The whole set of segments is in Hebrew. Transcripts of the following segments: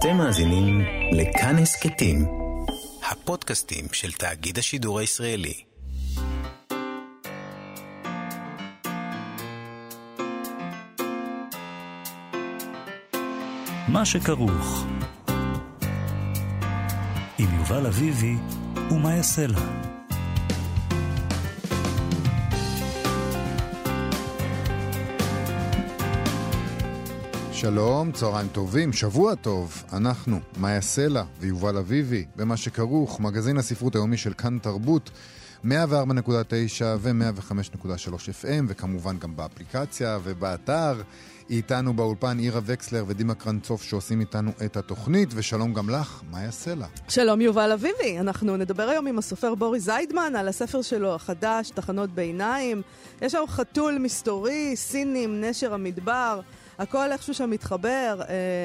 אתם מאזינים לכאן הסכתים, הפודקאסטים של תאגיד השידור הישראלי. מה שכרוך עם יובל אביבי ומה יעשה לה. שלום, צהריים טובים, שבוע טוב. אנחנו, מאיה סלע ויובל אביבי, במה שכרוך, מגזין הספרות היומי של כאן תרבות, 104.9 ו-105.3 FM, וכמובן גם באפליקציה ובאתר. איתנו באולפן אירה וקסלר ודימה קרנצוף שעושים איתנו את התוכנית, ושלום גם לך, מאיה סלע. שלום יובל אביבי, אנחנו נדבר היום עם הסופר בוריס זיידמן על הספר שלו החדש, תחנות ביניים. יש שם חתול מסתורי, סינים, נשר המדבר, הכל איכשהו שם מתחבר,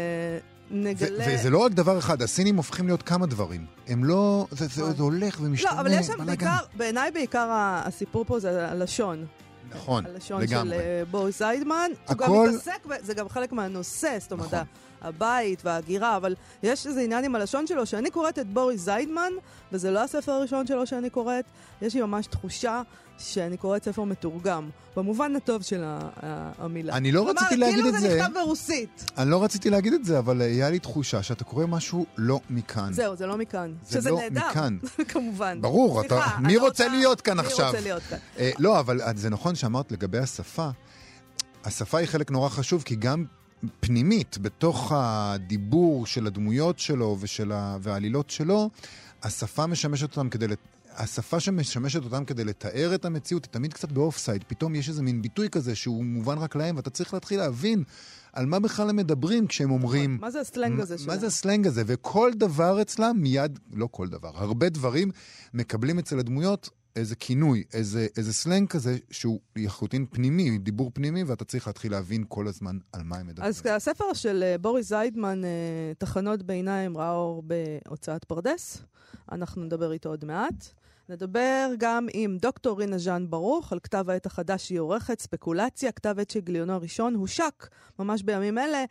נגלה... וזה לא רק דבר אחד, הסינים הופכים להיות כמה דברים. הם לא... זה הולך ומשתנה. לא, אבל יש שם בעיקר, בעיניי בעיקר הסיפור פה זה הלשון. נכון, הלשון לגמרי. של בוריס זיידמן. הכל... הוא גם מתעסק, זה גם חלק מהנושא, זאת אומרת, נכון. הבית והגירה, אבל יש איזה עניין עם הלשון שלו, שאני קוראת את בוריס זיידמן, וזה לא הספר הראשון שלו שאני קוראת, יש לי ממש תחושה שאני קוראת ספר מתורגם, במובן הטוב של המילה. אני לא רציתי להגיד את זה. כאילו זה נכתב ברוסית. אני לא רציתי להגיד את זה, אבל היה לי תחושה שאתה קורא משהו לא מכאן. זהו, זה לא מכאן. שזה לא מכאן. כמובן. ברור, מי רוצה להיות כאן עכשיו? מי רוצה להיות כאן? לא, אבל זה נכון שאמרת לגבי השפה. השפה היא חלק נורא חשוב, כי גם פנימית, בתוך הדיבור של הדמויות שלו והעלילות שלו, השפה משמשת אותם השפה שמשמשת אותם כדי לתאר את המציאות היא תמיד קצת באופסייד. פתאום יש איזה מין ביטוי כזה שהוא מובן רק להם, ואתה צריך להתחיל להבין על מה בכלל הם מדברים כשהם אומרים... מה זה הסלנג הזה שלהם? מה זה הסלנג הזה? וכל דבר אצלם מיד, לא כל דבר, הרבה דברים מקבלים אצל הדמויות איזה כינוי, איזה סלנג כזה שהוא יחלוטין פנימי, דיבור פנימי, ואתה צריך להתחיל להבין כל הזמן על מה הם מדברים. אז הספר של בוריס זיידמן, תחנות ביניים, ראה אור בהוצאת פרדס. אנחנו נדבר איתו עוד מעט. נדבר גם עם דוקטור רינה ז'אן ברוך על כתב העת החדש שהיא עורכת, ספקולציה, כתב עת שגיליונו הראשון הושק ממש בימים אלה,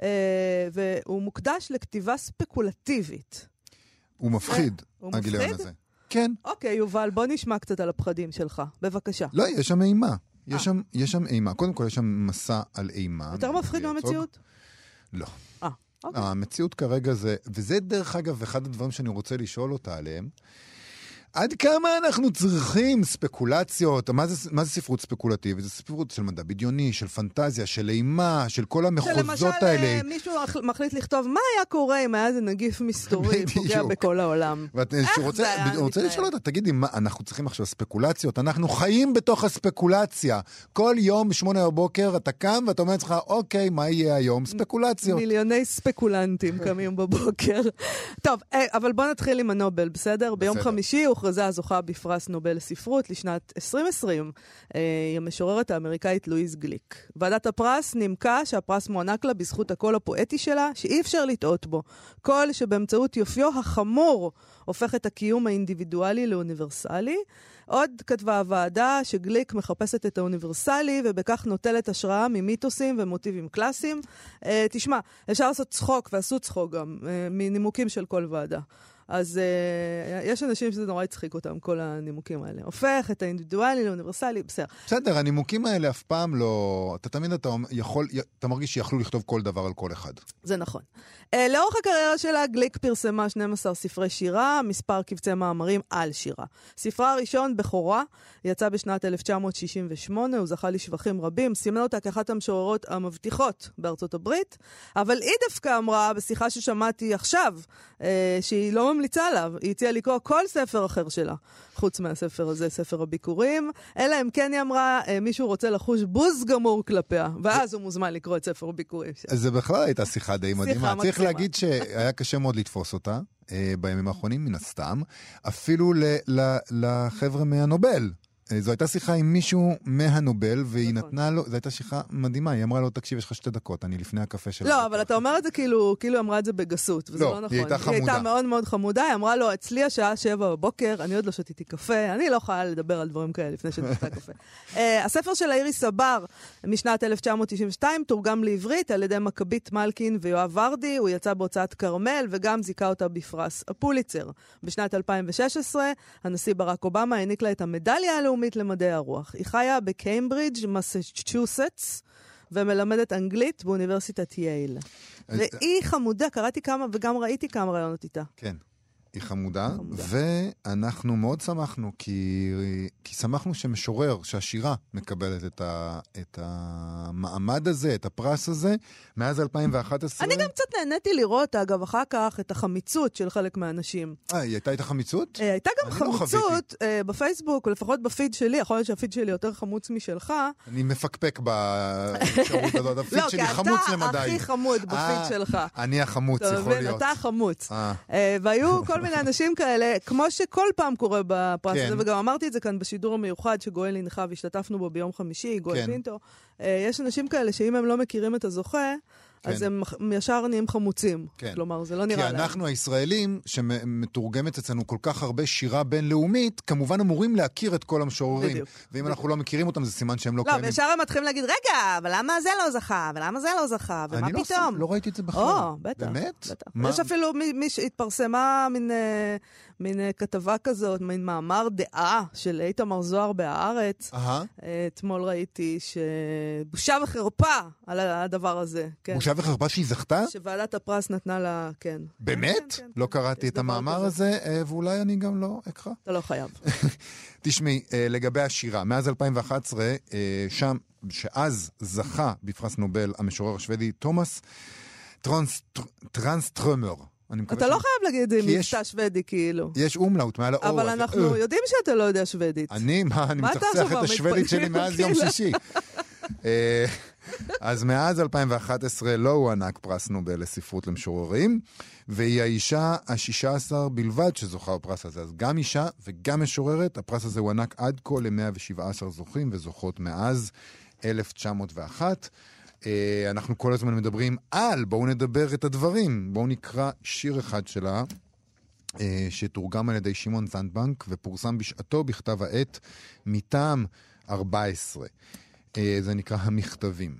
והוא מוקדש לכתיבה ספקולטיבית. הוא מפחיד, הגיליון הזה. כן. אוקיי, יובל, בוא נשמע קצת על הפחדים שלך. בבקשה. לא, יש שם אימה. יש שם אימה. קודם כל, יש שם מסע על אימה. יותר מפחיד מהמציאות? לא. אוקיי. המציאות כרגע זה, וזה דרך אגב אחד הדברים שאני רוצה לשאול אותה עליהם, עד כמה אנחנו צריכים ספקולציות? מה זה ספרות ספקולטיבית? זה ספרות של מדע בדיוני, של פנטזיה, של אימה, של כל המחוזות האלה. שלמשל מישהו מחליט לכתוב, מה היה קורה אם היה זה נגיף מסתורי פוגע בכל העולם? איך זה היה? אני רוצה לשאול אותה, תגידי, אנחנו צריכים עכשיו ספקולציות? אנחנו חיים בתוך הספקולציה. כל יום ב8 בבוקר אתה קם ואתה אומר לך, אוקיי, מה יהיה היום? ספקולציות. מיליוני ספקולנטים קמים בבוקר. טוב, אבל בוא נתחיל עם הנובל, בסדר? ביום חמישי הוכרזה הזוכה בפרס נובל לספרות לשנת 2020, היא המשוררת האמריקאית לואיז גליק. ועדת הפרס נימקה שהפרס מוענק לה בזכות הקול הפואטי שלה, שאי אפשר לטעות בו. קול שבאמצעות יופיו החמור הופך את הקיום האינדיבידואלי לאוניברסלי. עוד כתבה הוועדה שגליק מחפשת את האוניברסלי, ובכך נוטלת השראה ממיתוסים ומוטיבים קלאסיים. תשמע, אפשר לעשות צחוק, ועשו צחוק גם, מנימוקים של כל ועדה. אז יש אנשים שזה נורא יצחיק אותם, כל הנימוקים האלה. הופך את האינדיבידואלי לאוניברסלי, בסדר. בסדר, הנימוקים האלה אף פעם לא... אתה תמיד אתה מרגיש שיכלו לכתוב כל דבר על כל אחד. זה נכון. לאורך הקריירה שלה, גליק פרסמה 12 ספרי שירה, מספר קבצי מאמרים על שירה. ספרה הראשון, בכורה, יצא בשנת 1968, הוא זכה לשבחים רבים, סימן אותה כאחת המשוררות המבטיחות בארצות הברית, אבל היא דווקא אמרה, בשיחה ששמעתי עכשיו, שהיא לא ממליצה עליו, היא הציעה לקרוא כל ספר אחר שלה, חוץ מהספר הזה, ספר הביקורים, אלא אם כן היא אמרה, מישהו רוצה לחוש בוז גמור כלפיה, ואז הוא מוזמן לקרוא את ספר הביקורים שלה. זה בכלל הייתה שיחה די מדהימה. צריך להגיד שהיה קשה מאוד לתפוס אותה, בימים האחרונים מן הסתם, אפילו לחבר'ה מהנובל. זו הייתה שיחה עם מישהו מהנובל, והיא נתנה לו, זו הייתה שיחה מדהימה, היא אמרה לו, תקשיב, יש לך 2 דקות, אני לפני הקפה שלה. לא, אבל אתה אומר את זה כאילו אמרה את זה בגסות, וזה לא נכון. היא הייתה חמודה. היא הייתה מאוד מאוד חמודה, היא אמרה לו, אצלי השעה 7 בבוקר, אני עוד לא שתיתי קפה, אני לא יכולה לדבר על דברים כאלה לפני שתתה קפה. הספר של איריס סבר, משנת 1992, תורגם לעברית על ידי מכבית מלקין ויואב ורדי, הוא יצא בהוצאת קרמל, וגם זיכה אותה בפרס הפוליצר. בשנת 2016, הנשיא ברק אובמה העניק לה את המדליה הלאומית למדעי הרוח. היא חיה בקיימברידג', מסצ'וסטס, ומלמדת אנגלית באוניברסיטת יייל. והיא חמודה, קראתי כמה וגם ראיתי כמה רעיונות איתה. כן. היא חמודה, ואנחנו מאוד שמחנו, כי שמחנו שמשורר, שהשירה מקבלת את המעמד הזה, את הפרס הזה, מאז 2011. אני גם קצת נהניתי לראות, אגב, אחר כך, את החמיצות של חלק מהאנשים. היא הייתה איתה חמיצות? הייתה גם חמיצות בפייסבוק, ולפחות בפיד שלי, יכול להיות שהפיד שלי יותר חמוץ משלך. אני מפקפק באפשרות הזאת, הפיד שלי חמוץ למדי. לא, כי אתה הכי חמוד בפיד שלך. אני החמוץ, יכול להיות. אתה החמוץ. והיו כל מיני אנשים כאלה, כמו שכל פעם קורה בפרס הזה, וגם אמרתי את זה כאן בשידור המיוחד שגואל הנחה והשתתפנו בו ביום חמישי, גואל פינטו. יש אנשים כאלה שאם הם לא מכירים את הזוכה, אז הם ישר נהיים חמוצים. כלומר, זה לא נראה להם. כי אנחנו הישראלים, שמתורגמת אצלנו כל כך הרבה שירה בינלאומית, כמובן אמורים להכיר את כל המשוררים. ואם אנחנו לא מכירים אותם, זה סימן שהם לא קיימים. לא, וישר הם מתחילים להגיד, רגע, אבל למה זה לא זכה? ולמה זה לא זכה? ומה פתאום? לא ראיתי את זה בכלל. בטח. באמת? יש אפילו מי שהתפרסמה מין כתבה כזאת, מין מאמר דעה של איתמר זוהר בהארץ. אתמול ראיתי שבושה וחרפה על הדבר הזה. בושה וחרפה שהיא זכתה? שוועדת הפרס נתנה לה, כן. באמת? לא קראתי את המאמר הזה, ואולי אני גם לא אקרא. אתה לא חייב. תשמעי, לגבי השירה, מאז 2011, שם, שאז זכה בפרס נובל המשורר השוודי תומאס טרנסטרומר. אתה לא חייב להגיד את זה עם מבטא שוודי, כאילו. יש אומלאוט מעל האור. אבל אנחנו יודעים שאתה לא יודע שוודית. אני מצחצח את השוודית שלי מאז יום שישי. אז מאז 2011 לא הוענק פרס נובל לספרות למשוררים, והיא האישה ה-16 בלבד שזוכה בפרס הזה. אז גם אישה וגם משוררת, הפרס הזה הוענק עד כה ל-117 זוכים וזוכות מאז 1901. אנחנו כל הזמן מדברים בואו נדבר את הדברים. בואו נקרא שיר אחד שלה, שתורגם על ידי שמעון זנדבנק, ופורסם בשעתו בכתב העת מטעם 14. זה נקרא המכתבים.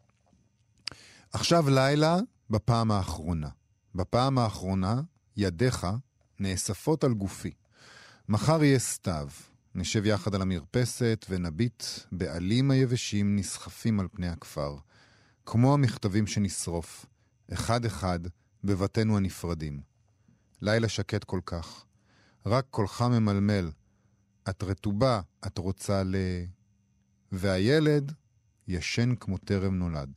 עכשיו לילה בפעם האחרונה. בפעם האחרונה ידיך נאספות על גופי. מחר יהיה סתיו. נשב יחד על המרפסת ונביט בעלים היבשים נסחפים על פני הכפר. כמו המכתבים שנשרוף, אחד אחד בבתינו הנפרדים. לילה שקט כל כך. רק קולך ממלמל. את רטובה, את רוצה והילד ישן כמו טרם נולד.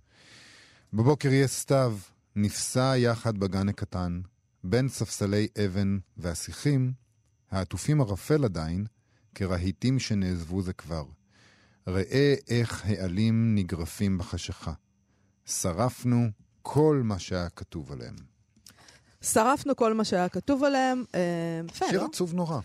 בבוקר יהיה סתיו, נפסע יחד בגן הקטן, בין ספסלי אבן והשיחים, העטופים הרפל עדיין, כרהיטים שנעזבו זה כבר. ראה איך העלים נגרפים בחשיכה. שרפנו כל מה שהיה כתוב עליהם. שרפנו כל מה שהיה כתוב עליהם. שיר עצוב נורא.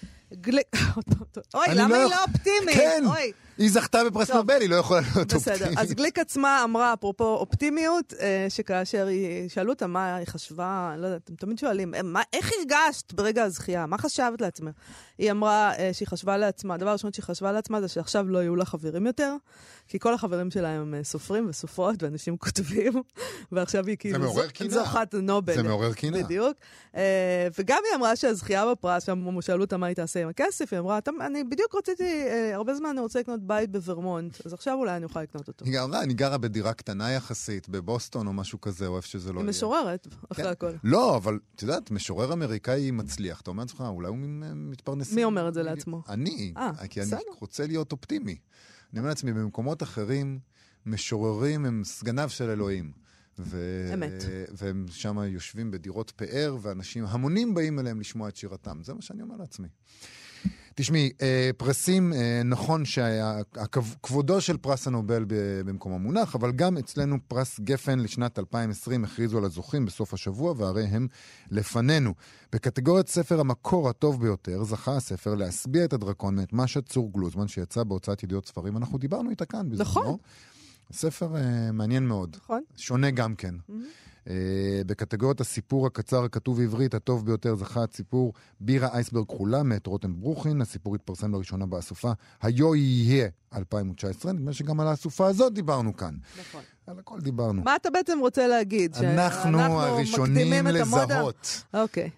אוי, למה היא לא אופטימית? כן, היא זכתה בפרס נובל, היא לא יכולה להיות אופטימית. בסדר, אז גליק עצמה אמרה, אפרופו אופטימיות, שכאשר שאלו אותה מה היא חשבה, לא יודעת, אתם תמיד שואלים, איך הרגשת ברגע הזכייה? מה חשבת לעצמה? היא אמרה שהיא חשבה לעצמה, הדבר הראשון שהיא חשבה לעצמה זה שעכשיו לא יהיו לה חברים יותר, כי כל החברים שלה הם סופרים וסופרות, ואנשים כותבים, ועכשיו היא כאילו זוכת נובל. זה מעורר קינה. בדיוק. וגם היא אמרה שהזכייה בפרס, שאלו אותה מה היא תעשה עם הכסף, היא אמרה, אני בדיוק רציתי, הרבה זמן אני רוצה לקנות בית בוורמונט, אז עכשיו אולי אני אוכל לקנות אותו. היא אמרה, אני גרה בדירה קטנה יחסית, בבוסטון או משהו כזה, או איפה שזה לא יהיה. היא משוררת, אחרי הכל. לא, אבל, את יודעת, משורר אמריקאי מצליח. אתה אומר לעצמך, אולי הוא מתפרנס... מי אומר את זה לעצמו? אני, כי אני רוצה להיות אופטימי. אני אומר לעצמי, במקומות אחרים, משוררים הם סגניו של אלוהים. אמת. והם שם יושבים בדירות פאר, ואנשים, המונים באים אליהם לשמוע את שירתם. זה מה שאני אומר לעצמי. תשמעי, פרסים, נכון שכבודו של פרס הנובל במקום המונח, אבל גם אצלנו פרס גפן לשנת 2020 הכריזו על הזוכים בסוף השבוע, והרי הם לפנינו. בקטגוריית ספר המקור הטוב ביותר, זכה הספר להסביע את הדרקון מאת משה צור גלוזמן, שיצא בהוצאת ידיעות ספרים. אנחנו דיברנו איתה כאן בזמנו. נכון. ספר מעניין מאוד. נכון. שונה גם כן. בקטגוריית הסיפור הקצר הכתוב בעברית הטוב ביותר זכה הסיפור בירה אייסברג כחולה מאת רותם ברוכין. הסיפור התפרסם לראשונה באסופה היו יהיה 2019. נדמה שגם על האסופה הזאת דיברנו כאן. נכון. על הכל דיברנו. מה אתה בעצם רוצה להגיד? אנחנו הראשונים לזהות. אוקיי.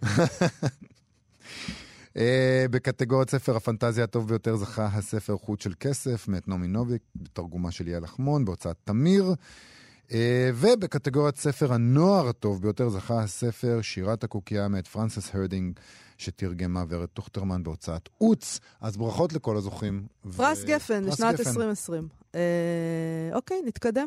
בקטגוריית ספר הפנטזיה הטוב ביותר זכה הספר חוט של כסף מאת נעמי נוביק, בתרגומה של יעל לחמון, בהוצאת תמיר. ובקטגוריית ספר הנוער הטוב ביותר זכה הספר שירת הקוקייה מאת פרנסס הרדינג, שתרגמה ורד טוכטרמן בהוצאת עוץ. אז ברכות לכל הזוכים. פרס גפן לשנת 2020. אוקיי, נתקדם.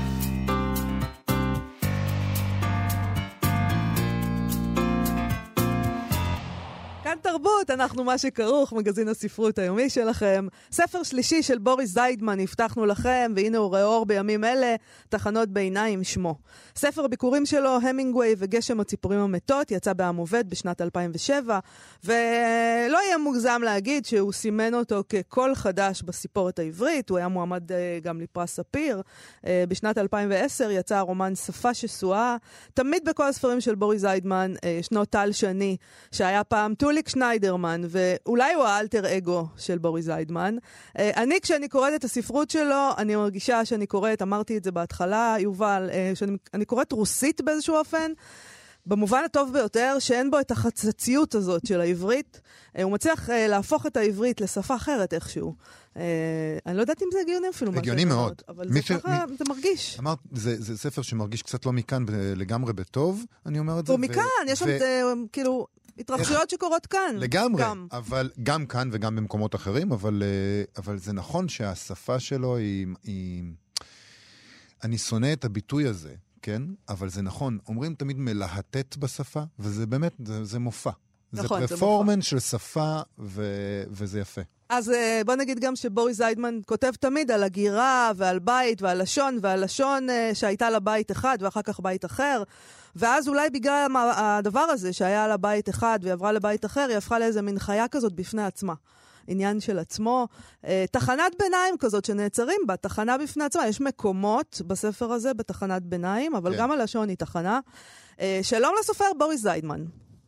כאן תרבות, אנחנו מה שכרוך, מגזין הספרות היומי שלכם. ספר שלישי של בוריס זיידמן הבטחנו לכם, והנה הוא ראה אור בימים אלה, תחנות ביניים שמו. ספר הביקורים שלו, המינגווי וגשם הציפורים המתות, יצא בעם עובד בשנת 2007, ולא יהיה מוגזם להגיד שהוא סימן אותו כקול חדש בסיפורת העברית, הוא היה מועמד גם לפרס ספיר. בשנת 2010 יצא הרומן שפה שסועה. תמיד בכל הספרים של בוריס זיידמן ישנו טל שני, שהיה פעם טוליק שניידרמן, ואולי הוא האלטר אגו של בוריס זיידמן. כשאני קוראת את הספרות שלו, אני מרגישה שאני קוראת, אמרתי את זה בהתחלה, יובל, שאני קוראת רוסית באיזשהו אופן, במובן הטוב ביותר, שאין בו את החצציות הזאת של העברית. הוא מצליח להפוך את העברית לשפה אחרת איכשהו. אני לא יודעת אם זה הגיוני אפילו. הגיוני מאוד. אבל זה ככה, זה מרגיש. אמרת, זה ספר שמרגיש קצת לא מכאן לגמרי בטוב, אני אומר את זה. הוא מכאן, יש שם כאילו התרחשויות שקורות כאן. לגמרי, אבל גם כאן וגם במקומות אחרים, אבל זה נכון שהשפה שלו היא... אני שונא את הביטוי הזה. כן, אבל זה נכון. אומרים תמיד מלהטט בשפה, וזה באמת, זה מופע. נכון, זה פרפורמנס של שפה, וזה יפה. אז בוא נגיד גם שבוריס זיידמן כותב תמיד על הגירה ועל בית ועל לשון, ועל לשון שהייתה לה בית אחד ואחר כך בית אחר, ואז אולי בגלל הדבר הזה שהיה לה בית אחד ועברה לבית אחר, היא הפכה לאיזה מין חיה כזאת בפני עצמה. עניין של עצמו, תחנת ביניים כזאת שנעצרים בה, תחנה בפני עצמה, יש מקומות בספר הזה בתחנת ביניים, אבל גם הלשון היא תחנה. שלום לסופר בוריס זיידמן.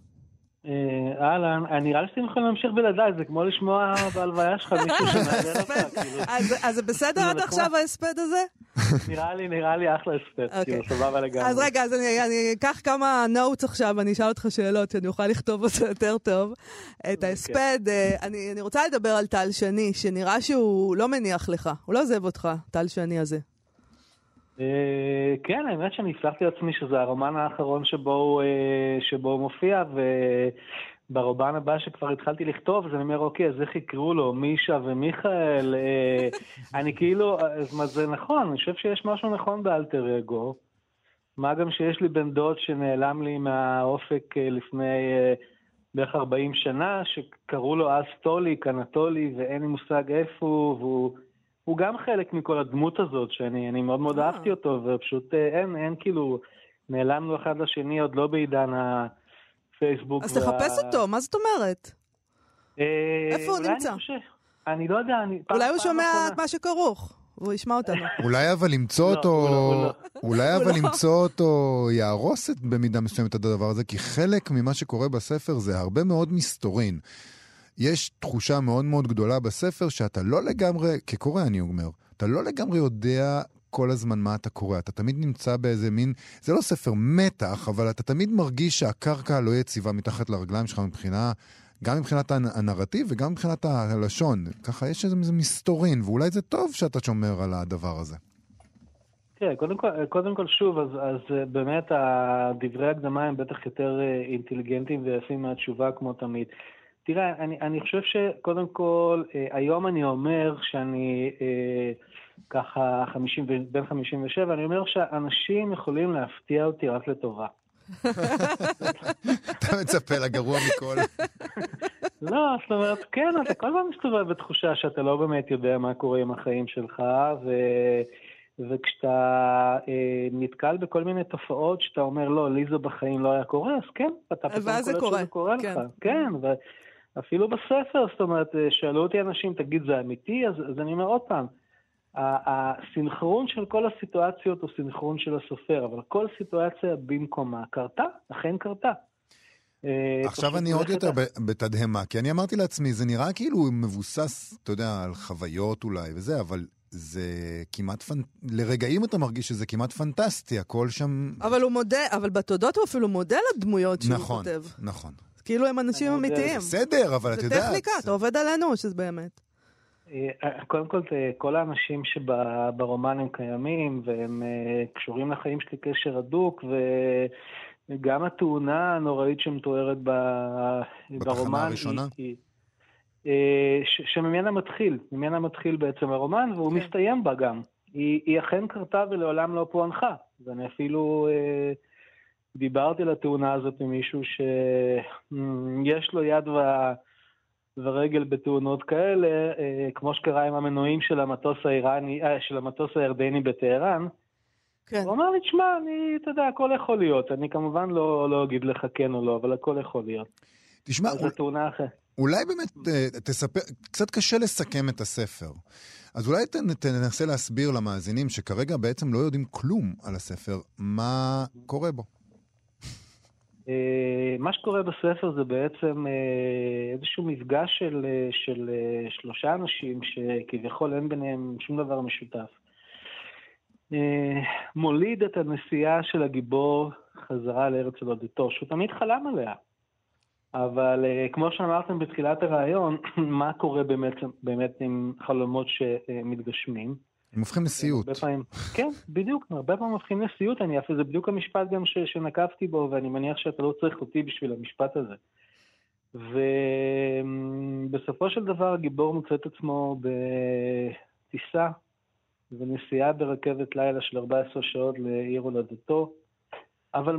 אהלן, נראה לי שאתם יכולים להמשיך בלעדיי, זה כמו לשמוע בהלוויה שלך מישהו שמעדר אותך. אז זה בסדר עד עכשיו ההספד הזה? נראה לי אחלה הספד, כאילו סבבה לגמרי. אז רגע, אז אני אקח כמה נוטס עכשיו, אני אשאל אותך שאלות, שאני אוכל לכתוב אותו יותר טוב. את ההספד, אני רוצה לדבר על טל שני, שנראה שהוא לא מניח לך, הוא לא עוזב אותך, טל שני הזה. כן, האמת שאני הבטחתי לעצמי שזה הרומן האחרון שבו הוא מופיע, וברומן הבא שכבר התחלתי לכתוב, אז אני אומר, אוקיי, אז איך יקראו לו, מישה ומיכאל? אני כאילו, זה נכון, אני חושב שיש משהו נכון באלטר אגו, מה גם שיש לי בן דוד שנעלם לי מהאופק לפני בערך 40 שנה, שקראו לו אז טוליק, אנטולי, ואין לי מושג איפה הוא, והוא גם חלק מכל הדמות הזאת, שאני מאוד מאוד אהבתי אותו, ופשוט אין כאילו, נעלמנו אחד לשני, עוד לא בעידן הפייסבוק. אז תחפש אותו, מה זאת אומרת? איפה הוא נמצא? אני לא יודע. אולי הוא שומע את מה שכרוך, והוא ישמע אותנו. אולי אבל למצוא אותו יהרוס במידה מסוימת את הדבר הזה, כי חלק ממה שקורה בספר זה הרבה מאוד מסתורין. יש תחושה מאוד מאוד גדולה בספר שאתה לא לגמרי, כקורא אני אומר, אתה לא לגמרי יודע כל הזמן מה אתה קורא. אתה תמיד נמצא באיזה מין, זה לא ספר מתח, אבל אתה תמיד מרגיש שהקרקע לא יציבה מתחת לרגליים שלך גם מבחינת הנרטיב וגם מבחינת הלשון. ככה יש איזה מסתורין, ואולי זה טוב שאתה שומר על הדבר הזה. כן, קודם כל שוב, אז באמת הדברי הקדמה הם בטח יותר אינטליגנטיים ויפים מהתשובה כמו תמיד. תראה, אני חושב שקודם כל, היום אני אומר שאני ככה בין 57, אני אומר שאנשים יכולים להפתיע אותי רק לטובה. אתה מצפה לגרוע מכל. לא, זאת אומרת, כן, אתה כל פעם מסתובב בתחושה שאתה לא באמת יודע מה קורה עם החיים שלך, וכשאתה נתקל בכל מיני תופעות שאתה אומר, לא, לי זה בחיים לא היה קורה, אז כן, אתה פתאום קולט שזה קורה לך. כן, ואפילו בספר, זאת אומרת, שאלו אותי אנשים, תגיד, זה אמיתי? אז אני אומר עוד פעם, הסינכרון של כל הסיטואציות הוא סינכרון של הסופר, אבל כל סיטואציה במקומה קרתה, אכן קרתה. עכשיו אני עוד יותר בתדהמה, כי אני אמרתי לעצמי, זה נראה כאילו מבוסס, אתה יודע, על חוויות אולי וזה, אבל זה כמעט לרגעים אתה מרגיש שזה כמעט פנטסטי, הכל שם... אבל הוא מודה, אבל בתודות הוא אפילו מודה לדמויות שהוא כותב. נכון. כאילו הם אנשים אמיתיים. בסדר, אבל אתה יודע... זה טכניקה, אתה עובד עלינו, שזה באמת. קודם כל, כל האנשים שברומן הם קיימים, והם קשורים לחיים שלי קשר הדוק, וגם התאונה הנוראית שמתוארת ברומן, הראשונה? ממנה מתחיל בעצם הרומן, והוא מסתיים בה גם. היא אכן קרתה ולעולם לא פוענחה. ואני אפילו דיברתי על התאונה הזאת עם מישהו שיש לו יד ורגל בתאונות כאלה, כמו שקרה עם המנועים של המטוס הירדני בטהרן. כן. הוא אמר לי, תשמע, אתה יודע, הכל יכול להיות. אני כמובן לא אגיד לך כן או לא, אבל הכל יכול להיות. תשמע, אולי באמת תספר, קצת קשה לסכם את הספר. אז אולי תנסה להסביר למאזינים שכרגע בעצם לא יודעים כלום על הספר, מה קורה בו. מה שקורה בספר זה בעצם איזשהו מפגש של שלושה אנשים שכביכול אין ביניהם שום דבר משותף. מוליד את הנסיעה של הגיבור חזרה לארץ הולדתו, שהוא תמיד חלם עליה. אבל כמו שאמרתם בתחילת הרעיון, מה קורה באמת עם חלומות שמתגשמים? הם הופכים לסיוט. כן, בדיוק, הרבה פעמים הופכים לסיוט, זה בדיוק המשפט גם שנקבתי בו, ואני מניח שאתה לא צריך אותי בשביל המשפט הזה. ובסופו של דבר הגיבור מוצא את עצמו בטיסה, ונסיעה ברכבת לילה של 14 שעות לעיר הולדתו, אבל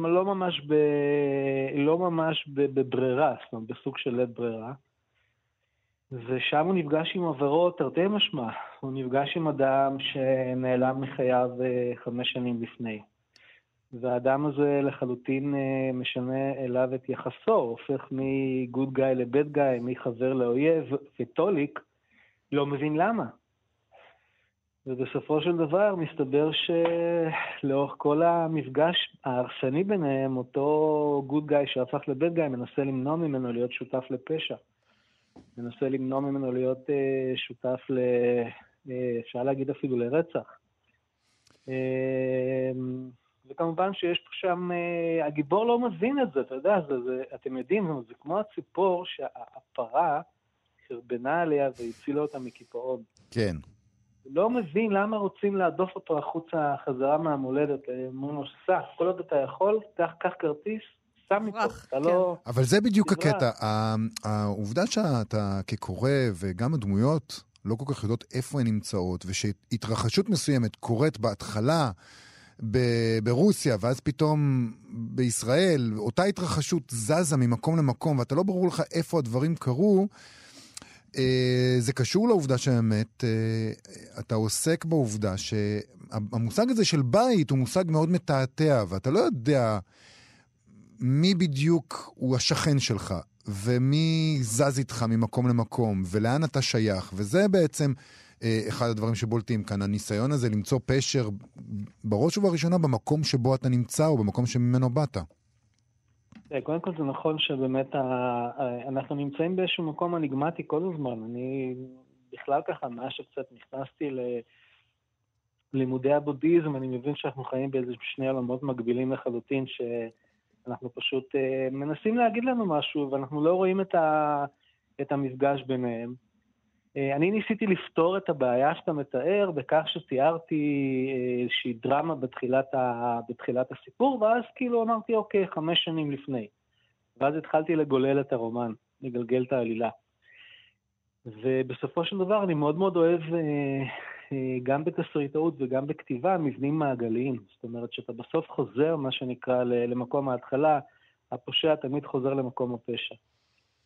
לא ממש בברירה, זאת אומרת, בסוג של לית ברירה. ושם הוא נפגש עם עבירות תרתי משמע. הוא נפגש עם אדם שנעלם מחייו 5 שנים לפני. והאדם הזה לחלוטין משנה אליו את יחסו, הופך מגוד גאי לבד גאי, מחבר לאויב, וטוליק לא מבין למה. ובסופו של דבר מסתבר שלאורך כל המפגש ההרסני ביניהם, אותו גוד גאי שהפך לבד גאי מנסה למנוע ממנו להיות שותף לפשע. מנסה למנוע ממנו להיות שותף אפשר להגיד אפילו לרצח. וכמובן שיש פה שם, הגיבור לא מבין את זה, אתה יודע, אתם יודעים, זה כמו הציפור שהפרה חרבנה עליה והצילה אותה מקיפאון. כן. לא מבין למה רוצים להדוף אותו החוצה חזרה מהמולדת, סע, כל עוד אתה יכול, קח כרטיס, שם איתו, אתה לא... אבל זה בדיוק הקטע, העובדה שאתה כקורא וגם הדמויות לא כל כך יודעות איפה הן נמצאות, ושהתרחשות מסוימת קורית בהתחלה ברוסיה, ואז פתאום בישראל, אותה התרחשות זזה ממקום למקום, ואתה לא ברור לך איפה הדברים קרו, זה קשור לעובדה שבאמת אתה עוסק בעובדה שהמושג הזה של בית הוא מושג מאוד מתעתע, ואתה לא יודע מי בדיוק הוא השכן שלך, ומי זז איתך ממקום למקום, ולאן אתה שייך, וזה בעצם אחד הדברים שבולטים כאן, הניסיון הזה למצוא פשר בראש ובראשונה במקום שבו אתה נמצא, או במקום שממנו באת. קודם כל זה נכון שבאמת אנחנו נמצאים באיזשהו מקום אניגמטי כל הזמן. אני בכלל ככה, מאז שקצת נכנסתי ללימודי הבודהיזם, אני מבין שאנחנו חיים באיזה שני עולמות מקבילים לחלוטין, שאנחנו פשוט מנסים להגיד לנו משהו, ואנחנו לא רואים את המפגש ביניהם. אני ניסיתי לפתור את הבעיה שאתה מתאר, בכך שתיארתי איזושהי דרמה בתחילת הסיפור, ואז כאילו אמרתי, אוקיי, 5 שנים לפני. ואז התחלתי לגולל את הרומן, לגלגל את העלילה. ובסופו של דבר אני מאוד מאוד אוהב, גם בתסריטאות וגם בכתיבה, מבנים מעגליים. זאת אומרת שאתה בסוף חוזר, מה שנקרא, למקום ההתחלה, הפושע תמיד חוזר למקום הפשע.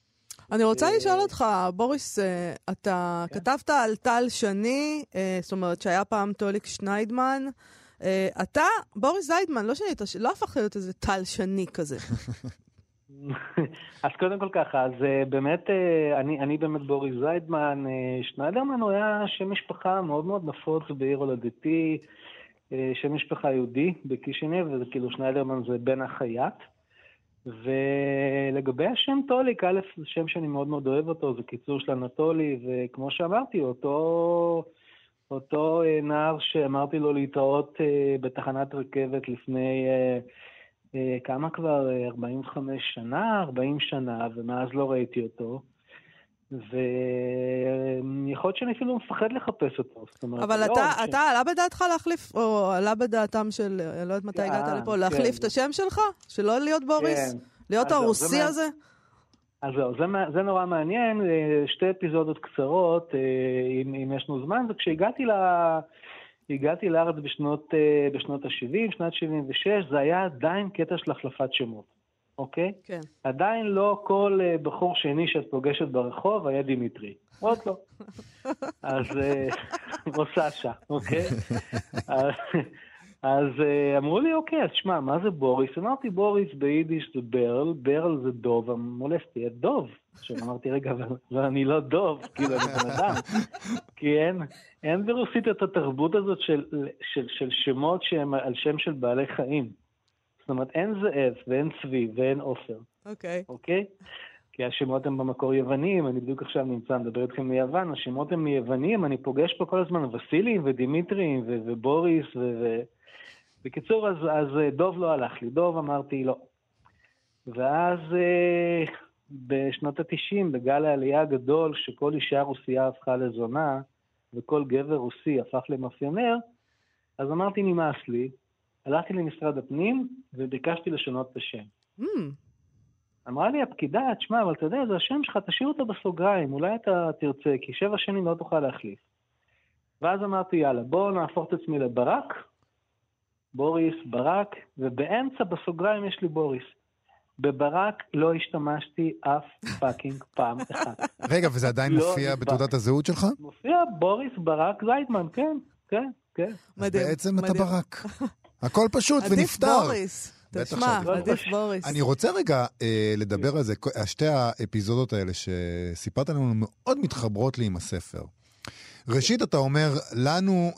אני רוצה לשאול אותך, בוריס, אתה כתבת על טל שני, זאת אומרת שהיה פעם טוליק שניידמן, אתה, בוריס זיידמן, לא הפך להיות איזה טל שני כזה. אז קודם כל ככה, אז באמת, אני באמת בוריס זיידמן, שניידרמן הוא היה שם משפחה מאוד מאוד נפוץ בעיר הולדתי, שם משפחה יהודי בקישינב, וזה כאילו שניידרמן זה בן החייט. ולגבי השם טוליק, א', זה שם שאני מאוד מאוד אוהב אותו, זה קיצור של אנטולי, וכמו שאמרתי, אותו נער שאמרתי לו להתראות בתחנת רכבת לפני כמה כבר, 45 שנה, 40 שנה, ומאז לא ראיתי אותו. ויכול להיות שאני אפילו מפחד לחפש אותו. אבל אתה עלה בדעתך להחליף, או עלה בדעתם של, לא יודעת מתי הגעת לפה, להחליף את השם שלך? שלא להיות בוריס? להיות הרוסי הזה? אז זהו, זה נורא מעניין, שתי אפיזודות קצרות, אם יש לנו זמן, זה כשהגעתי לארץ בשנות ה-70, שנת 76, זה היה עדיין קטע של החלפת שמות. אוקיי? כן. עדיין לא כל בחור שני שאת פוגשת ברחוב היה דימיטרי. עוד לא. אז, או סשה, אוקיי? אז אמרו לי, אוקיי, אז שמע, מה זה בוריס? אמרתי, בוריס ביידיש זה ברל, ברל זה דוב, המולסטי, את דוב. עכשיו אמרתי, רגע, אבל אני לא דוב, כאילו אני בן אדם. כי אין ברוסית את התרבות הזאת של שמות שהם על שם של בעלי חיים. זאת אומרת, אין זאב ואין צבי ואין אופר. אוקיי. אוקיי? כי השמות הם במקור יוונים, אני בדיוק עכשיו מדבר איתכם מיוון, השמות הם מיוונים, אני פוגש פה כל הזמן וסילים ודימיטרים ובוריס בקיצור, אז דוב לא הלך לי, דוב אמרתי לא. ואז בשנות ה-90, בגל העלייה הגדול, שכל אישה רוסייה הפכה לזונה, וכל גבר רוסי הפך למאפיונר, אז אמרתי נמאס לי, הלכתי למשרד הפנים וביקשתי לשנות את השם. אמרה לי הפקידה, תשמע, אבל אתה יודע, זה השם שלך, תשאיר אותו בסוגריים, אולי אתה תרצה, כי 7 שנים לא תוכל להחליף. ואז אמרתי, יאללה, בואו נהפוך את עצמי לברק, בוריס, ברק, ובאמצע בסוגריים יש לי בוריס. בברק לא השתמשתי אף פאקינג פעם אחת. רגע, וזה עדיין מופיע בתעודת הזהות שלך? מופיע בוריס ברק זיידמן, כן, כן, כן. בעצם אתה ברק. הכל פשוט ונפטר. עדיף בוריס. תשמע, עדיף בוריס. אני רוצה רגע לדבר על זה. שתי האפיזודות האלה שסיפרת לנו מאוד מתחברות לי עם הספר. ראשית, אתה אומר, לנו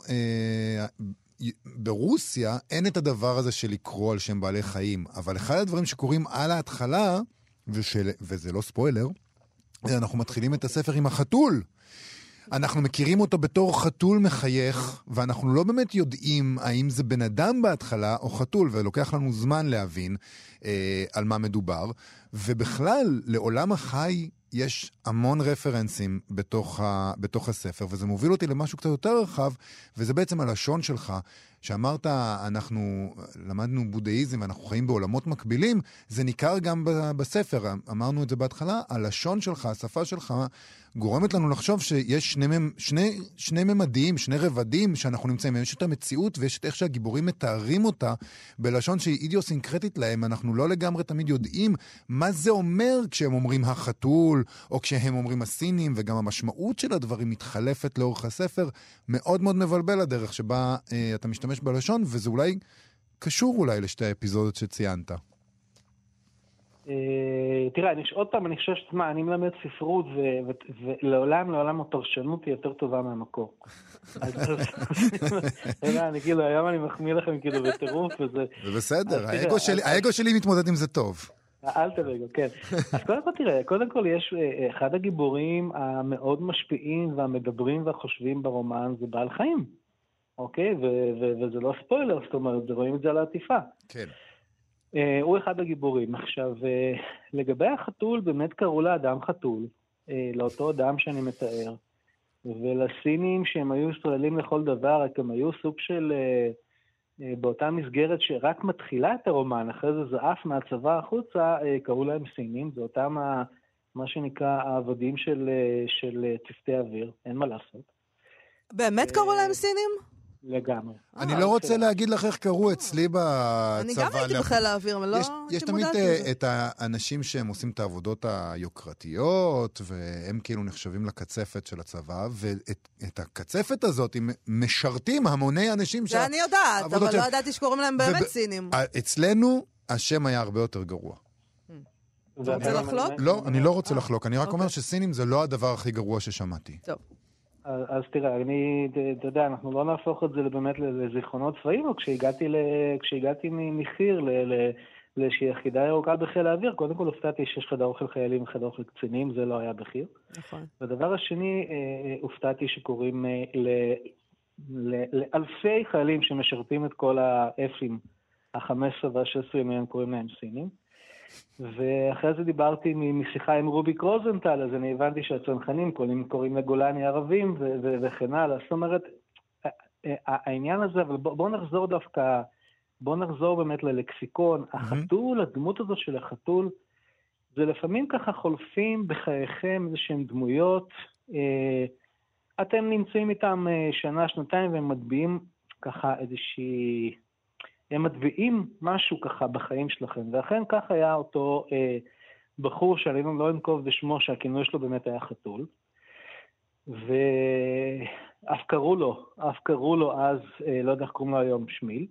ברוסיה אין את הדבר הזה של לקרוא על שם בעלי חיים, אבל אחד הדברים שקורים על ההתחלה, וזה לא ספוילר, אנחנו מתחילים את הספר עם החתול. אנחנו מכירים אותו בתור חתול מחייך, ואנחנו לא באמת יודעים האם זה בן אדם בהתחלה או חתול, ולוקח לנו זמן להבין על מה מדובר. ובכלל, לעולם החי יש המון רפרנסים בתוך הספר, וזה מוביל אותי למשהו קצת יותר רחב, וזה בעצם הלשון שלך, שאמרת, אנחנו למדנו בודהיזם, ואנחנו חיים בעולמות מקבילים, זה ניכר גם בספר, אמרנו את זה בהתחלה, הלשון שלך, השפה שלך, גורמת לנו לחשוב שיש שני ממדים, שני רבדים שאנחנו נמצאים, יש את המציאות ויש את איך שהגיבורים מתארים אותה בלשון שהיא אידיוסינקרטית להם, אנחנו לא לגמרי תמיד יודעים מה זה אומר כשהם אומרים החתול, או כשהם אומרים הסינים, וגם המשמעות של הדברים מתחלפת לאורך הספר, מאוד מאוד מבלבל הדרך שבה אתה משתמש בלשון, וזה אולי קשור אולי לשתי האפיזודות שציינת. תראה, עוד פעם, אני חושב שמה, אני מלמד ספרות, ולעולם הפרשנות היא יותר טובה מהמקור. אני כאילו, היום אני מחמיא לכם כאילו בטירוף, וזה... זה בסדר, האגו שלי מתמודד עם זה טוב. אל תרגע, כן. אז קודם כל תראה, קודם כל יש אחד הגיבורים המאוד משפיעים והמדברים והחושבים ברומן זה בעל חיים. אוקיי? וזה לא ספוילר, זאת אומרת, רואים את זה על העטיפה. כן. הוא אחד הגיבורים. עכשיו, לגבי החתול, באמת קראו לאדם חתול, לאותו אדם שאני מתאר, ולסינים שהם היו ישראלים לכל דבר, רק הם היו סוג של, באותה מסגרת שרק מתחילה את הרומן, אחרי זה זעף מהצבא החוצה, קראו להם סינים, זה אותם מה שנקרא העבדים של צוותי אוויר, אין מה לעשות. באמת קראו להם סינים? לגמרי. אני לא רוצה להגיד לך איך קראו אצלי בצבא. אני גם הייתי בחיל האוויר, אבל לא... יש תמיד את האנשים שהם עושים את העבודות היוקרתיות, והם כאילו נחשבים לקצפת של הצבא, ואת הקצפת הזאת הם משרתים המוני אנשים זה אני יודעת, אבל לא ידעתי שקוראים להם באמת סינים. אצלנו השם היה הרבה יותר גרוע. אתה רוצה לחלוק? לא, אני לא רוצה לחלוק. אני רק אומר שסינים זה לא הדבר הכי גרוע ששמעתי. טוב. אז תראה, אתה יודע, אנחנו לא נהפוך את זה באמת לזיכרונות צבאיים, או כשהגעתי מחיר לאיזושהי יחידה ירוקה בחיל האוויר, קודם כל הופתעתי שיש חדר אוכל חיילים וחדר אוכל קצינים, זה לא היה בחיר. נכון. והדבר השני, הופתעתי שקוראים לאלפי חיילים שמשרתים את כל האפים, ה-15 וה-16 הם קוראים להם סינים. ואחרי זה דיברתי משיחה עם רוביק רוזנטל, אז אני הבנתי שהצנחנים קוראים לגולני ערבים וכן הלאה. זאת אומרת, העניין הזה, אבל בואו נחזור באמת ללקסיקון. החתול, הדמות הזאת של החתול, זה לפעמים ככה חולפים בחייכם איזשהם דמויות, אתם נמצאים איתם שנה, שנתיים, והם מטביעים ככה איזושהי... הם מטביעים משהו ככה בחיים שלכם, ואכן כך היה אותו בחור שעלינו לא אנקוב בשמו, שהכינוי שלו באמת היה חתול, ואף קראו לו אז, לא יודע איך קוראים לו היום, שמיל,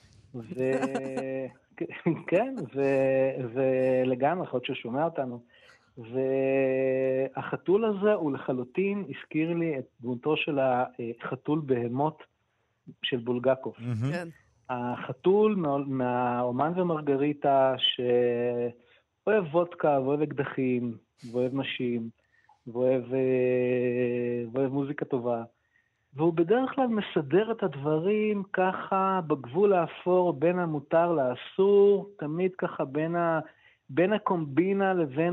כן, ולגמרי, יכול להיות שהוא שומע אותנו, והחתול הזה הוא לחלוטין הזכיר לי את דמותו של החתול בהמות של בולגקוב. כן. החתול מהאומן ומרגריטה שאוהב וודקה ואוהב אקדחים ואוהב נשים ואוהב מוזיקה טובה, והוא בדרך כלל מסדר את הדברים ככה בגבול האפור בין המותר לאסור, תמיד ככה בין הקומבינה לבין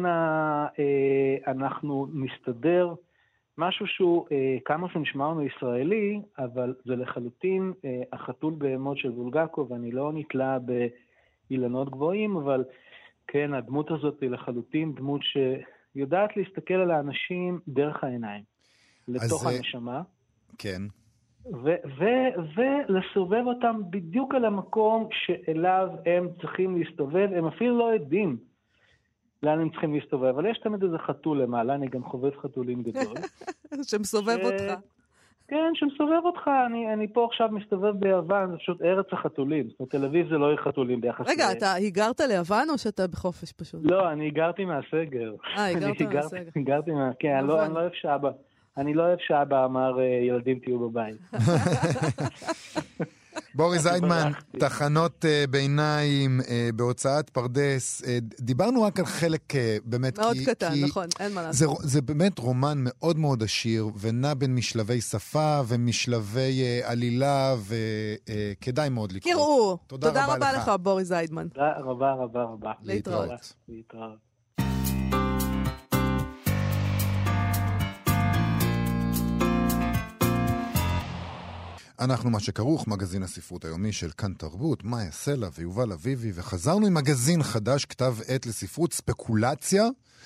אנחנו נסתדר, משהו שהוא, כמה שנשמע לנו ישראלי, אבל זה לחלוטין החתול בהמות של בולגקוב, ואני לא נתלה באילנות גבוהים, אבל כן, הדמות הזאת היא לחלוטין דמות שיודעת להסתכל על האנשים דרך העיניים, לתוך הנשמה. כן. ולסובב אותם בדיוק על המקום שאליו הם צריכים להסתובב, הם אפילו לא יודעים לאן הם צריכים להסתובב, אבל יש תמיד איזה חתול למעלה, אני גם חובב חתולים גדול. שמסובב אותך. כן, שמסובב אותך, אני פה עכשיו מסתובב ביוון, זה פשוט ארץ החתולים, זאת אומרת, תל אביב זה לא יהיה חתולים ביחס. רגע, אתה היגרת ליוון או שאתה בחופש פשוט? לא, אני היגרתי מהסגר. היגרת מהסגר. כן, אני לא אוהב שאבא אמר, ילדים תהיו בבית. בורי זיידמן, תחנות ביניים בהוצאת פרדס, דיברנו רק על חלק באמת, מאוד קטן, נכון, אין מה לעשות. זה באמת רומן מאוד מאוד עשיר, ונע בין משלבי שפה ומשלבי עלילה, וכדאי מאוד לקרוא. קראו, תודה רבה לך בורי זיידמן. תודה רבה. להתראות. אנחנו מה שכרוך, מגזין הספרות היומי של כאן תרבות, מאיה סלע ויובל אביבי, וחזרנו עם מגזין חדש, כתב עת לספרות ספקולציה.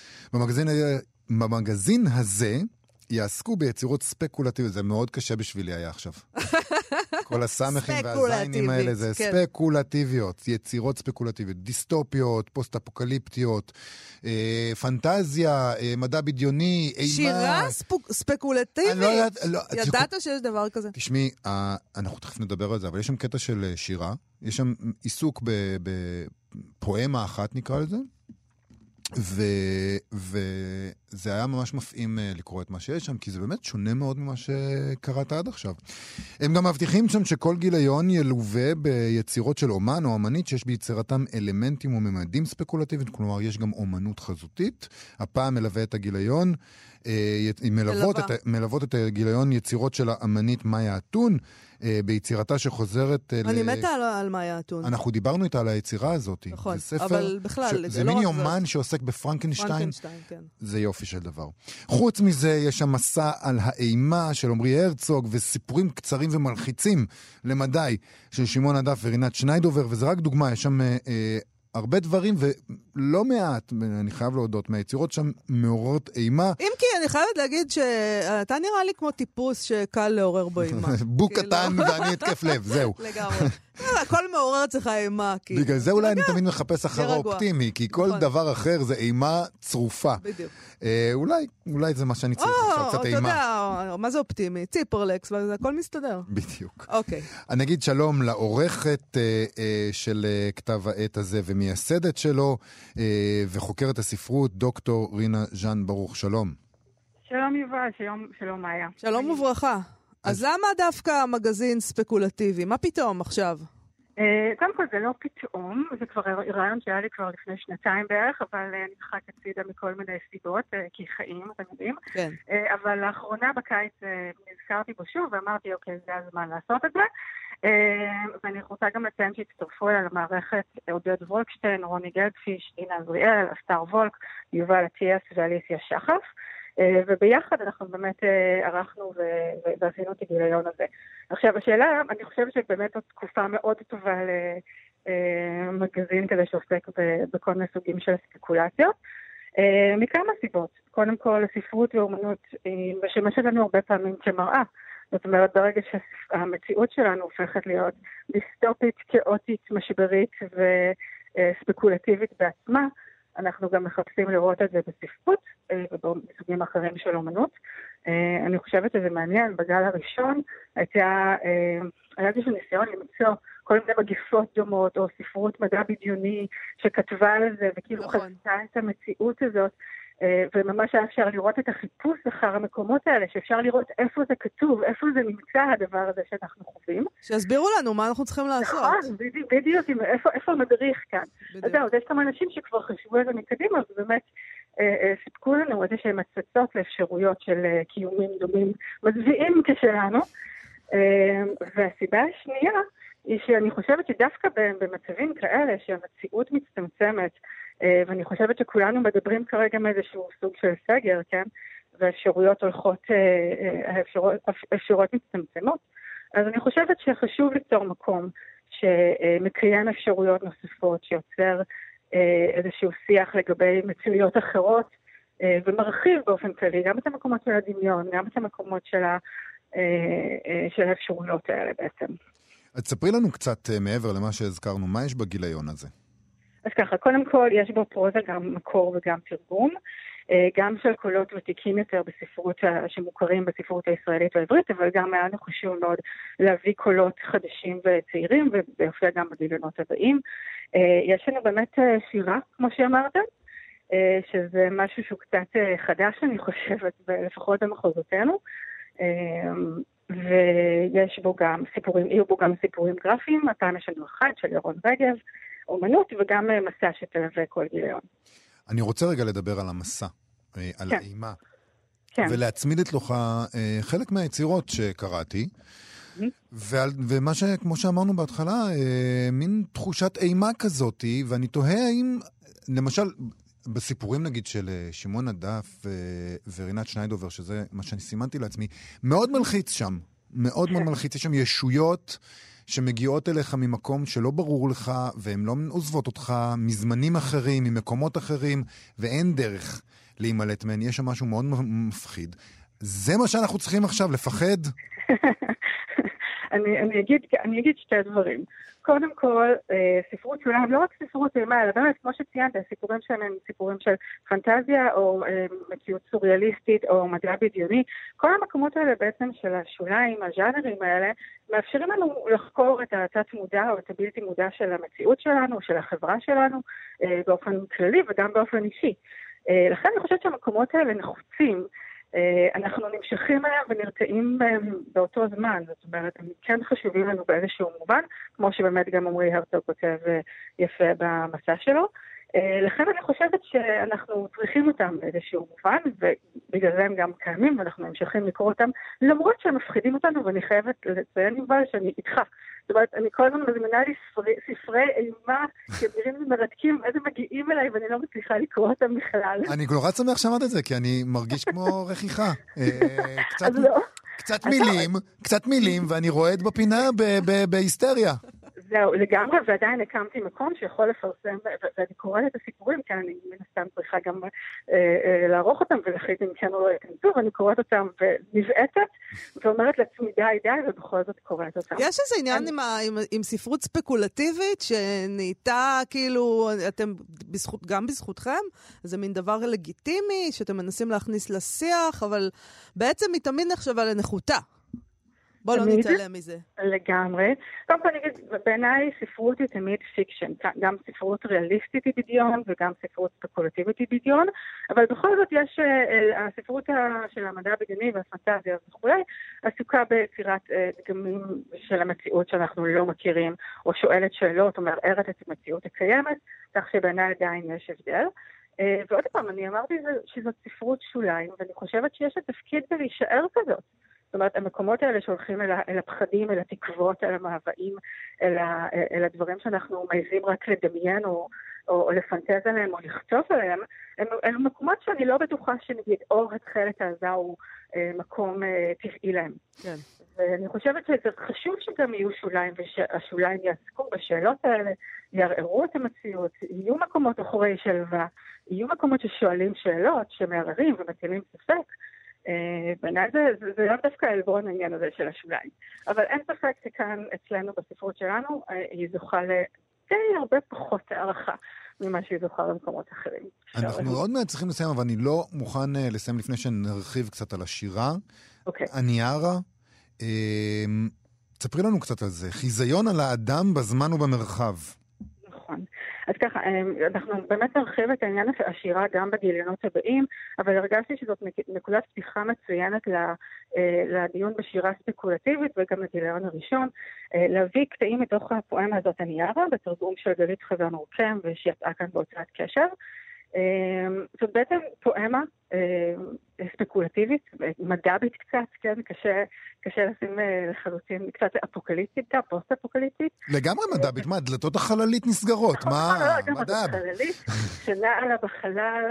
במגזין הזה יעסקו ביצירות ספקולטיביות, זה מאוד קשה בשבילי היה עכשיו. כל הסמכים והזיינים האלה זה ספקולטיביות, יצירות ספקולטיביות, דיסטופיות, פוסט-אפוקליפטיות, פנטזיה, מדע בדיוני, אימה. שירה ספקולטיבית? ידעת שיש דבר כזה? תשמעי, אנחנו תכף נדבר על זה, אבל יש שם קטע של שירה, יש שם עיסוק בפואמה אחת נקרא לזה, וזה היה ממש מפעים לקרוא את מה שיש שם, כי זה באמת שונה מאוד ממה שקראת עד עכשיו. הם גם מבטיחים שם שכל גיליון ילווה ביצירות של אומן או אמנית שיש ביצירתם אלמנטים וממדים ספקולטיביים, כלומר יש גם אומנות חזותית. הפעם מלווה את הגיליון, מלוות את הגיליון יצירות של האמנית מאיה אתון, ביצירתה שחוזרת... אני מתה על מאיה אתון. אנחנו דיברנו איתה על היצירה הזאת. נכון, אבל בכלל... זה מיני אומן שעוסק בפרנקנשטיין. כן. זה יופי של דבר. חוץ מזה, יש שם מסע על האימה של עמרי הרצוג, וסיפורים קצרים ומלחיצים למדי של שמעון הדף ורינת שניידובר, וזה רק דוגמה, יש שם הרבה דברים, ולא מעט, אני חייב להודות, מהיצירות שם מעוררות אימה. אם כי אני חייבת להגיד שאתה נראה לי כמו טיפוס שקל לעורר בו אימה. בוק קטן ואני התקף לב, זהו. לגמרי. הכל מעורר אצלך אימה. בגלל זה אולי אני תמיד מחפש אחר האופטימי, כי כל דבר אחר זה אימה צרופה. בדיוק. אולי זה מה שאני צריך עכשיו, קצת אימה. אתה יודע, מה זה אופטימי? ציפרלקס, הכל מסתדר. בדיוק. אוקיי. אני אגיד שלום לעורכת של כתב העת הזה ומייסדת שלו, וחוקרת הספרות, דוקטור רינה ז'אן ברוך. שלום. שלום יובל, שלום מאיה. שלום וברכה. אז למה דווקא מגזין ספקולטיבי? מה פתאום עכשיו? קודם כל זה לא פתאום, זה כבר רעיון שהיה לי כבר לפני 2 בערך, אבל נדחק הצידה מכל מיני סיבות, כי חיים, אתם יודעים. כן. אבל לאחרונה בקיץ נזכרתי בו שוב, ואמרתי, אוקיי, זה הזמן לעשות את זה. ואני רוצה גם לציין שהצטרפו אל המערכת עודד וולקשטיין, רוני גלדפיש, דינה עזריאל, אסתר וולק, יובל אטיאס ואליסיה שחף. וביחד אנחנו באמת ערכנו ועשינו את הגיליון הזה. עכשיו השאלה, אני חושבת שבאמת זאת תקופה מאוד טובה למגזין כזה שעוסק בכל מיני סוגים של ספקולציות. מכמה סיבות. קודם כל, הספרות ואומנות משמשת לנו הרבה פעמים כמראה. זאת אומרת, ברגע שהמציאות שלנו הופכת להיות דיסטופית, כאוטית, משברית וספקולטיבית בעצמה, אנחנו גם מחפשים לראות את זה בספרות ובסוגים אחרים של אומנות. אני חושבת שזה מעניין. בגל הראשון היה איזשהו ניסיון למצוא כל מיני מגיפות דומות או ספרות מדע בדיוני שכתבה על זה וכאילו חזתה את המציאות הזאת, וממש היה אפשר לראות את החיפוש אחר המקומות האלה, שאפשר לראות איפה זה כתוב, איפה זה נמצא הדבר הזה שאנחנו חווים. שיסבירו לנו מה אנחנו צריכים לעשות. נכון, בדיוק, איפה המדריך כאן. אז זהו, יש כמה אנשים שכבר חשבו על זה מקדימה, ובאמת סיפקו לנו איזה שהם הצצות לאפשרויות של קיומים דומים מזוויעים כשלנו. והסיבה השנייה היא שאני חושבת שדווקא במצבים כאלה שהמציאות מצטמצמת, ואני חושבת שכולנו מדברים כרגע מאיזשהו סוג של סגר, כן? והאפשרויות הולכות, האפשרויות מצטמצמות. אז אני חושבת שחשוב ליצור מקום שמקיים אפשרויות נוספות, שיוצר איזשהו שיח לגבי מציאויות אחרות, ומרחיב באופן כללי גם את המקומות של הדמיון, גם את המקומות של האפשרויות האלה בעצם. אז תספרי לנו קצת מעבר למה שהזכרנו, מה יש בגיליון הזה? אז ככה, קודם כל יש בו פרוזה גם מקור וגם תרגום, גם של קולות ותיקים יותר בספרות שמוכרים בספרות הישראלית והעברית, אבל גם היה לנו חשוב מאוד להביא קולות חדשים וצעירים, ויופיע גם בגיליונות הבאים. יש לנו באמת שירה, כמו שאמרת, שזה משהו שהוא קצת חדש, אני חושבת, לפחות במחוזותינו, ויש בו גם סיפורים, יהיו בו גם סיפורים גרפיים, הפעם יש לנו אחד של ירון רגב, אומנות, וגם מסע שתלווה כל גיליון. אני רוצה רגע לדבר על המסע, על האימה, ולהצמיד את לך חלק מהיצירות שקראתי, ומה שכמו שאמרנו בהתחלה, מין תחושת אימה כזאת, ואני תוהה האם, למשל, בסיפורים נגיד של שמעון הדף ורינת שניידובר, שזה מה שאני סימנתי לעצמי, מאוד מלחיץ שם, מאוד מאוד מלחיץ, יש שם ישויות שמגיעות אליך ממקום שלא ברור לך, והן לא עוזבות אותך מזמנים אחרים, ממקומות אחרים, ואין דרך להימלט מהן. יש שם משהו מאוד מפחיד. זה מה שאנחנו צריכים עכשיו, לפחד? אני אגיד 2 דברים. קודם כל, ספרות שלהם, לא רק ספרות אימה, אלא באמת, כמו שציינת, הסיפורים שלהם הם סיפורים של פנטזיה, או מציאות סוריאליסטית, או מדע בדיוני. כל המקומות האלה בעצם של השוליים, הז'אנרים האלה, מאפשרים לנו לחקור את התת מודע, או את הבלתי מודע של המציאות שלנו, של החברה שלנו, באופן כללי וגם באופן אישי. לכן אני חושבת שהמקומות האלה נחוצים, אנחנו נמשכים מהם ונרתעים מהם באותו זמן, זאת אומרת, הם כן חשובים לנו באיזשהו מובן, כמו שבאמת גם עמרי הרצוג כותב יפה במסע שלו. לכן אני חושבת שאנחנו צריכים אותם באיזשהו מובן, ובגלל זה הם גם קיימים, ואנחנו נמשכים לקרוא אותם, למרות שהם מפחידים אותנו, ואני חייבת לציין יובל שאני איתך. זאת אומרת, אני כל הזמן מזמינה לי ספרי אימה, שנראים לי מרתקים, איזה מגיעים אליי, ואני לא מצליחה לקרוא אותם בכלל. אני נורא שמח שמעת את זה, כי אני מרגיש כמו רכיכה. אז לא. קצת מילים, ואני רועד בפינה בהיסטריה. זהו, לגמרי, ועדיין הקמתי מקום שיכול לפרסם, ואני קוראת את הסיפורים, כי אני מן הסתם צריכה גם לערוך אותם ולהחליט אם כן או לא יכנסו, ואני קוראת אותם ונבעטת, ואומרת לעצמי די, ובכל זאת קוראת אותם. יש איזה עניין עם ספרות ספקולטיבית, שנהייתה כאילו, אתם גם בזכותכם, זה מין דבר לגיטימי, שאתם מנסים להכניס לשיח, אבל בעצם היא תמיד נחשבה לנחותה. בוא לא נתעלם מזה. לגמרי. קודם כל אני אגיד, בעיניי ספרות היא תמיד פיקשן. גם ספרות ריאליסטית היא בדיון, וגם ספרות ספקולטיבית היא בדיון, אבל בכל זאת יש, הספרות של המדע הבדיוני והפנטזיה וכו', עסוקה ביצירת דגמים של המציאות שאנחנו לא מכירים, או שואלת שאלות, או מערערת את המציאות הקיימת, כך שבעיניי עדיין יש הבדל. ועוד פעם, אני אמרתי שזאת ספרות שוליים, ואני חושבת שיש התפקיד בלהישאר כזאת. זאת אומרת, המקומות האלה שהולכים אל הפחדים, אל התקוות, אל המאוויים, אל הדברים שאנחנו מעיזים רק לדמיין או לפנטז עליהם או לכתוב עליהם, אלו מקומות שאני לא בטוחה שנגיד אור התחלת העזה הוא מקום טבעי להם. כן. ואני חושבת שזה חשוב שגם יהיו שוליים, ושהשוליים יעסקו בשאלות האלה, יערערו את המציאות, יהיו מקומות אחורי שלווה, יהיו מקומות ששואלים שאלות, שמערערים ומטילים ספק, בעיניי זה לא דווקא העלבון העניין הזה של השוליים. אבל אין ספק שכאן אצלנו בספרות שלנו היא זוכה לדי הרבה פחות הערכה ממה שהיא זוכה במקומות אחרים. אנחנו עוד מעט צריכים לסיים, אבל אני לא מוכן לסיים לפני שנרחיב קצת על השירה. הניירה, תספרי לנו קצת על זה. חיזיון על האדם בזמן ובמרחב. נכון. אז ככה, אנחנו באמת נרחיב את העניין השירה גם בגיליונות הבאים, אבל הרגשתי שזאת נקודת פתיחה מצוינת לדיון בשירה ספקולטיבית וגם לגיליון הראשון, להביא קטעים מתוך הפואמה הזאת הניירה, בתרגום של גלית חזן רוקם ושיצאה כאן בהוצאת קשב. זאת בעצם פואמה ספקולטיבית, מדעבית קצת, כן? קשה לשים לחלוטין, קצת אפוקליפטית, פוסט-אפוקליפטית. לגמרי מדעבית, מה? דלתות החללית נסגרות, מה? מדעב. חללית, שנעה בחלל,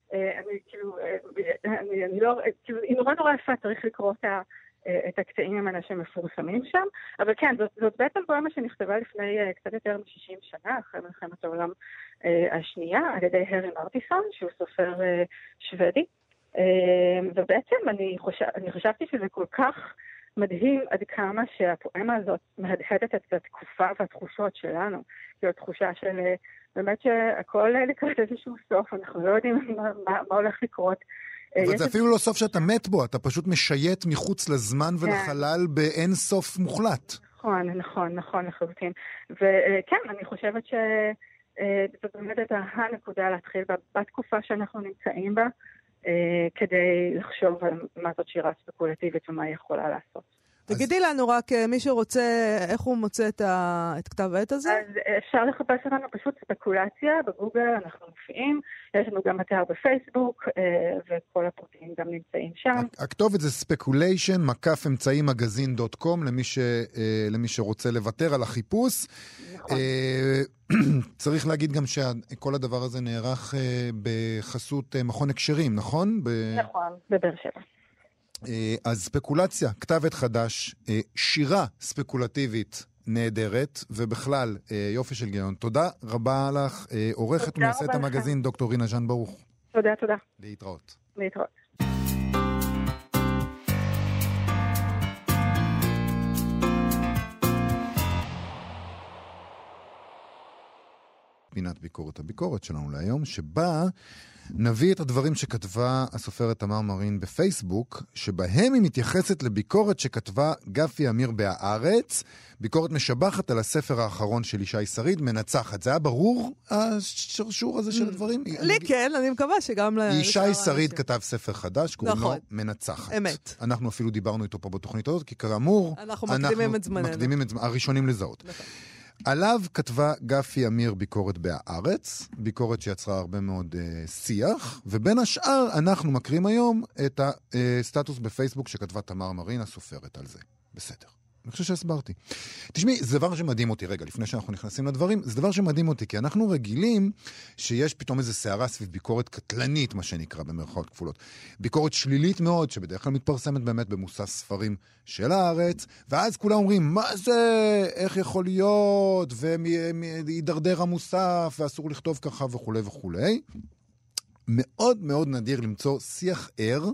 אני לא, היא נורא יפה, צריך לקרוא את הקטעים ממנה שמפורסמים שם, אבל כן, זאת בעצם פואמה שנכתבה לפני קצת יותר מ-60 שנה, אחרי מלחמת העולם השנייה, על ידי הרי מרטיסון, שהוא סופר שוודי, ובעצם אני חשבתי שזה כל כך מדהים עד כמה שהפואמה הזאת מהדהדת את התקופה והתחושות שלנו, זו תחושה של באמת שהכל לקראת איזשהו סוף, אנחנו לא יודעים מה הולך לקרות. אבל זה אפילו לא סוף שאתה מת בו, אתה פשוט משייט מחוץ לזמן ולחלל באין סוף מוחלט. נכון, לחלוטין. וכן, אני חושבת שזאת באמת את הנקודה להתחיל בתקופה שאנחנו נמצאים בה, כדי לחשוב על מה זאת שירה ספקולטיבית ומה היא יכולה לעשות. תגידי לנו רק, מי שרוצה, איך הוא מוצא את כתב העת הזה? אז אפשר לחפש אותנו פשוט ספקולציה, בגוגל אנחנו מופיעים, יש לנו גם אתר בפייסבוק, וכל הפרטים גם נמצאים שם. הכתובת זה speculation-אמצעי-מגזין.com, למי שרוצה לוותר על החיפוש. נכון. צריך להגיד גם שכל הדבר הזה נערך בחסות מכון הקשרים, נכון? נכון, בבאר שבע. אז ספקולציה, כתב עת חדש, שירה ספקולטיבית נהדרת, ובכלל יופי של גיון. תודה רבה לך, עורכת ומייסדת המגזין, דוקטור רינה ז'אן ברוך. תודה. להתראות. פינת ביקורת הביקורת שלנו להיום, שבה נביא את הדברים שכתבה הסופרת תמר מרין בפייסבוק, שבהם היא מתייחסת לביקורת שכתבה גפי אמיר בהארץ, ביקורת משבחת על הספר האחרון של ישי שריד, מנצחת. זה היה ברור, השרשור הזה של הדברים? לי כן, אני מקווה שגם... ישי שריד כתב ספר חדש, קוראים לו מנצחת. אמת. אנחנו אפילו דיברנו איתו פה בתוכנית הזאת, כי כאמור, אנחנו מקדימים את זמננו. הראשונים לזהות. עליו כתבה גפי אמיר ביקורת בהארץ, ביקורת שיצרה הרבה מאוד שיח, ובין השאר אנחנו מקרים היום את הסטטוס בפייסבוק שכתבה תמר מרין הסופרת על זה. בסדר. אני חושב שהסברתי. תשמעי, זה דבר שמדהים אותי, רגע, לפני שאנחנו נכנסים לדברים, זה דבר שמדהים אותי, כי אנחנו רגילים שיש פתאום איזו סערה סביב ביקורת קטלנית, מה שנקרא במרכאות כפולות. ביקורת שלילית מאוד, שבדרך כלל מתפרסמת באמת במוסף ספרים של הארץ, ואז כולם אומרים, מה זה? איך יכול להיות? וידרדר המוסף, ואסור לכתוב ככה וכו' וכו'. מאוד מאוד נדיר למצוא שיח ער,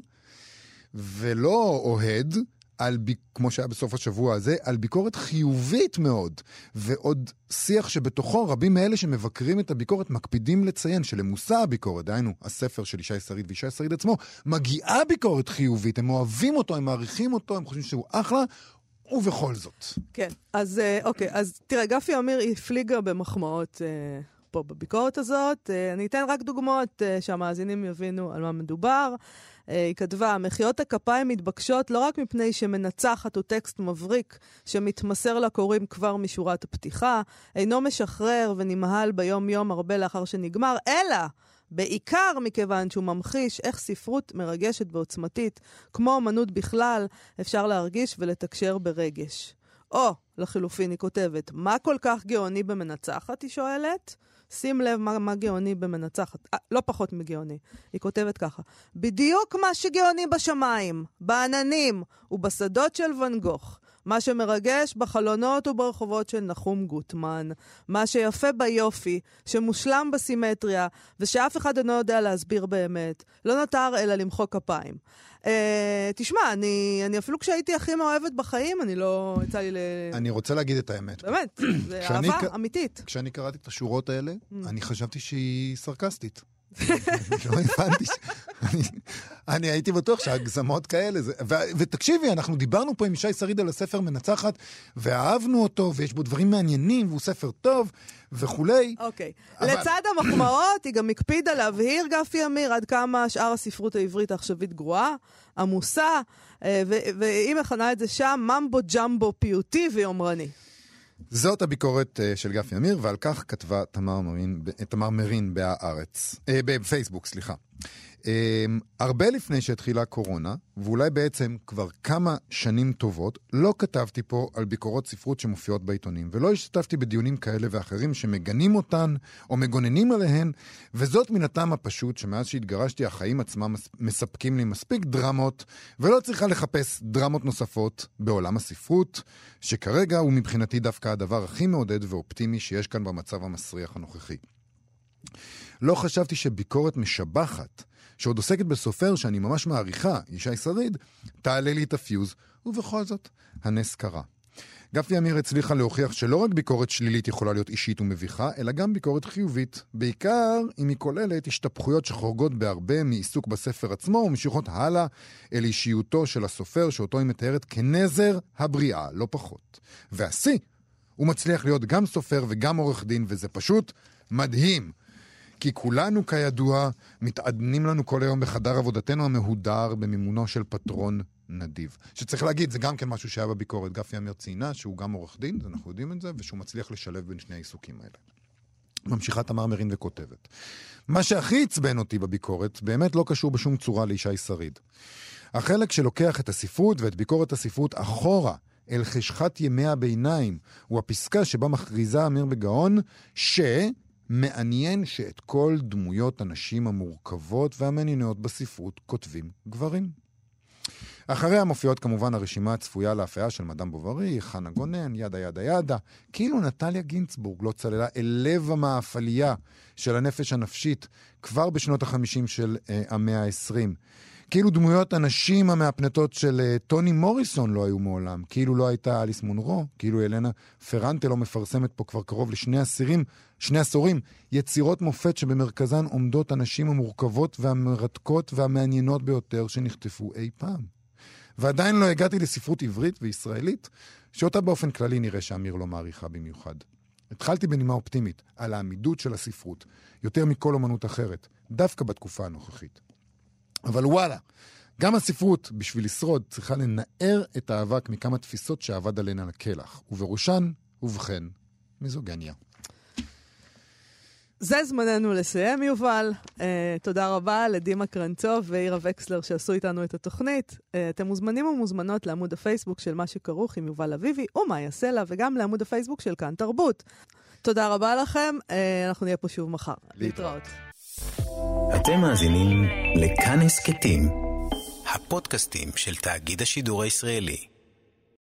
ולא אוהד, כמו שהיה בסוף השבוע הזה, על ביקורת חיובית מאוד, ועוד שיח שבתוכו רבים מאלה שמבקרים את הביקורת מקפידים לציין שלמושא הביקורת, דהיינו, הספר של ישי שריד וישי שריד עצמו, מגיעה ביקורת חיובית, הם אוהבים אותו, הם מעריכים אותו, הם חושבים שהוא אחלה, ובכל זאת. כן, אז אוקיי, אז תראה, גפי אמיר הפליגה במחמאות פה בביקורת הזאת, אני אתן רק דוגמאות שהמאזינים יבינו על מה מדובר. היא כתבה, מחיאות הכפיים מתבקשות לא רק מפני שמנצחת הוא טקסט מבריק שמתמסר לקוראים כבר משורת הפתיחה, אינו משחרר ונמהל ביום יום הרבה לאחר שנגמר, אלא בעיקר מכיוון שהוא ממחיש איך ספרות מרגשת ועוצמתית, כמו אמנות בכלל, אפשר להרגיש ולתקשר ברגש. או, לחילופין היא כותבת, מה כל כך גאוני במנצחת, היא שואלת? שים לב מה גאוני במנצחת. לא פחות מגאוני. היא כותבת ככה. בדיוק מה שגאוני בשמיים, בעננים ובשדות של ון גוך. מה שמרגש בחלונות וברחובות של נחום גוטמן. מה שיפה ביופי, שמושלם בסימטריה, ושאף אחד אינו יודע להסביר באמת. לא נותר אלא למחוא כפיים. תשמע, אני אפילו כשהייתי הכי מאוהבת בחיים, אני לא יצא לי אני רוצה להגיד את האמת. באמת, זה אהבה אמיתית. כשאני קראתי את השורות האלה, אני חשבתי שהיא סרקסטית. לא הבנתי. אני הייתי בטוח שהגזמות כאלה, ותקשיבי, אנחנו דיברנו פה עם ישי שריד על הספר מנצחת, ואהבנו אותו, ויש בו דברים מעניינים, והוא ספר טוב, וכולי. אוקיי. לצד המחמאות, היא גם הקפידה להבהיר, גפי אמיר, עד כמה שאר הספרות העברית העכשווית גרועה, עמוסה, והיא מכנה את זה שם, ממבו ג'מבו פיוטי ויומרני. זאת הביקורת של גפי אמיר, ועל כך כתבה תמר מרין בהארץ, בפייסבוק, סליחה. הרבה לפני שהתחילה הקורונה, ואולי בעצם כבר כמה שנים טובות, לא כתבתי פה על ביקורות ספרות שמופיעות בעיתונים, ולא השתתפתי בדיונים כאלה ואחרים שמגנים אותן או מגוננים עליהן, וזאת מן הטעם הפשוט שמאז שהתגרשתי החיים עצמם מספקים לי מספיק דרמות, ולא צריכה לחפש דרמות נוספות בעולם הספרות, שכרגע הוא מבחינתי דווקא הדבר הכי מעודד ואופטימי שיש כאן במצב המסריח הנוכחי. לא חשבתי שביקורת משבחת, שעוד עוסקת בסופר שאני ממש מעריכה, ישי שריד, תעלה לי את הפיוז, ובכל זאת, הנס קרה. גפי אמיר הצליחה להוכיח שלא רק ביקורת שלילית יכולה להיות אישית ומביכה, אלא גם ביקורת חיובית. בעיקר אם היא כוללת השתפכויות שחורגות בהרבה מעיסוק בספר עצמו, ומשיכות הלאה אל אישיותו של הסופר, שאותו היא מתארת כנזר הבריאה, לא פחות. והשיא, הוא מצליח להיות גם סופר וגם עורך דין, וזה פשוט מדהים. כי כולנו כידוע מתעדנים לנו כל היום בחדר עבודתנו המהודר במימונו של פטרון נדיב. שצריך להגיד, זה גם כן משהו שהיה בביקורת. גפי אמיר ציינה שהוא גם עורך דין, אנחנו יודעים את זה, ושהוא מצליח לשלב בין שני העיסוקים האלה. ממשיכה תמר מרין וכותבת. מה שהכי עצבן אותי בביקורת באמת לא קשור בשום צורה לישי שריד. החלק שלוקח את הספרות ואת ביקורת הספרות אחורה אל חשכת ימי הביניים, הוא הפסקה שבה מכריזה אמיר בגאון מעניין שאת כל דמויות הנשים המורכבות והמעניינות בספרות כותבים גברים. אחריה מופיעות כמובן הרשימה הצפויה להפעה של מדאם בוברי, חנה גונן, ידה ידה ידה, כאילו נטליה גינצבורג לא צללה אל לב המאפליה של הנפש הנפשית כבר בשנות ה-50 של המאה ה-20. כאילו דמויות הנשים המאפנטות של טוני מוריסון לא היו מעולם, כאילו לא הייתה אליס מונרו, כאילו אלנה פרנטה לא מפרסמת פה כבר קרוב שני עשורים, יצירות מופת שבמרכזן עומדות הנשים המורכבות והמרתקות והמעניינות ביותר שנחטפו אי פעם. ועדיין לא הגעתי לספרות עברית וישראלית, שאותה באופן כללי נראה שאמיר לא מעריכה במיוחד. התחלתי בנימה אופטימית על העמידות של הספרות, יותר מכל אומנות אחרת, דווקא בתקופה הנוכחית. אבל וואלה, גם הספרות, בשביל לשרוד, צריכה לנער את האבק מכמה תפיסות שעבד עליהן על הכלח, ובראשן, ובכן, מיזוגניה. זה זמננו לסיים, יובל. תודה רבה לדימה קרנצוב ואירה וקסלר שעשו איתנו את התוכנית. אתם מוזמנים ומוזמנות לעמוד הפייסבוק של מה שכרוך עם יובל אביבי ומאיה סלע, וגם לעמוד הפייסבוק של כאן תרבות. תודה רבה לכם, אנחנו נהיה פה שוב מחר. להתראות. אתם מאזינים לכאן הסכתים, הפודקאסטים של תאגיד השידור הישראלי.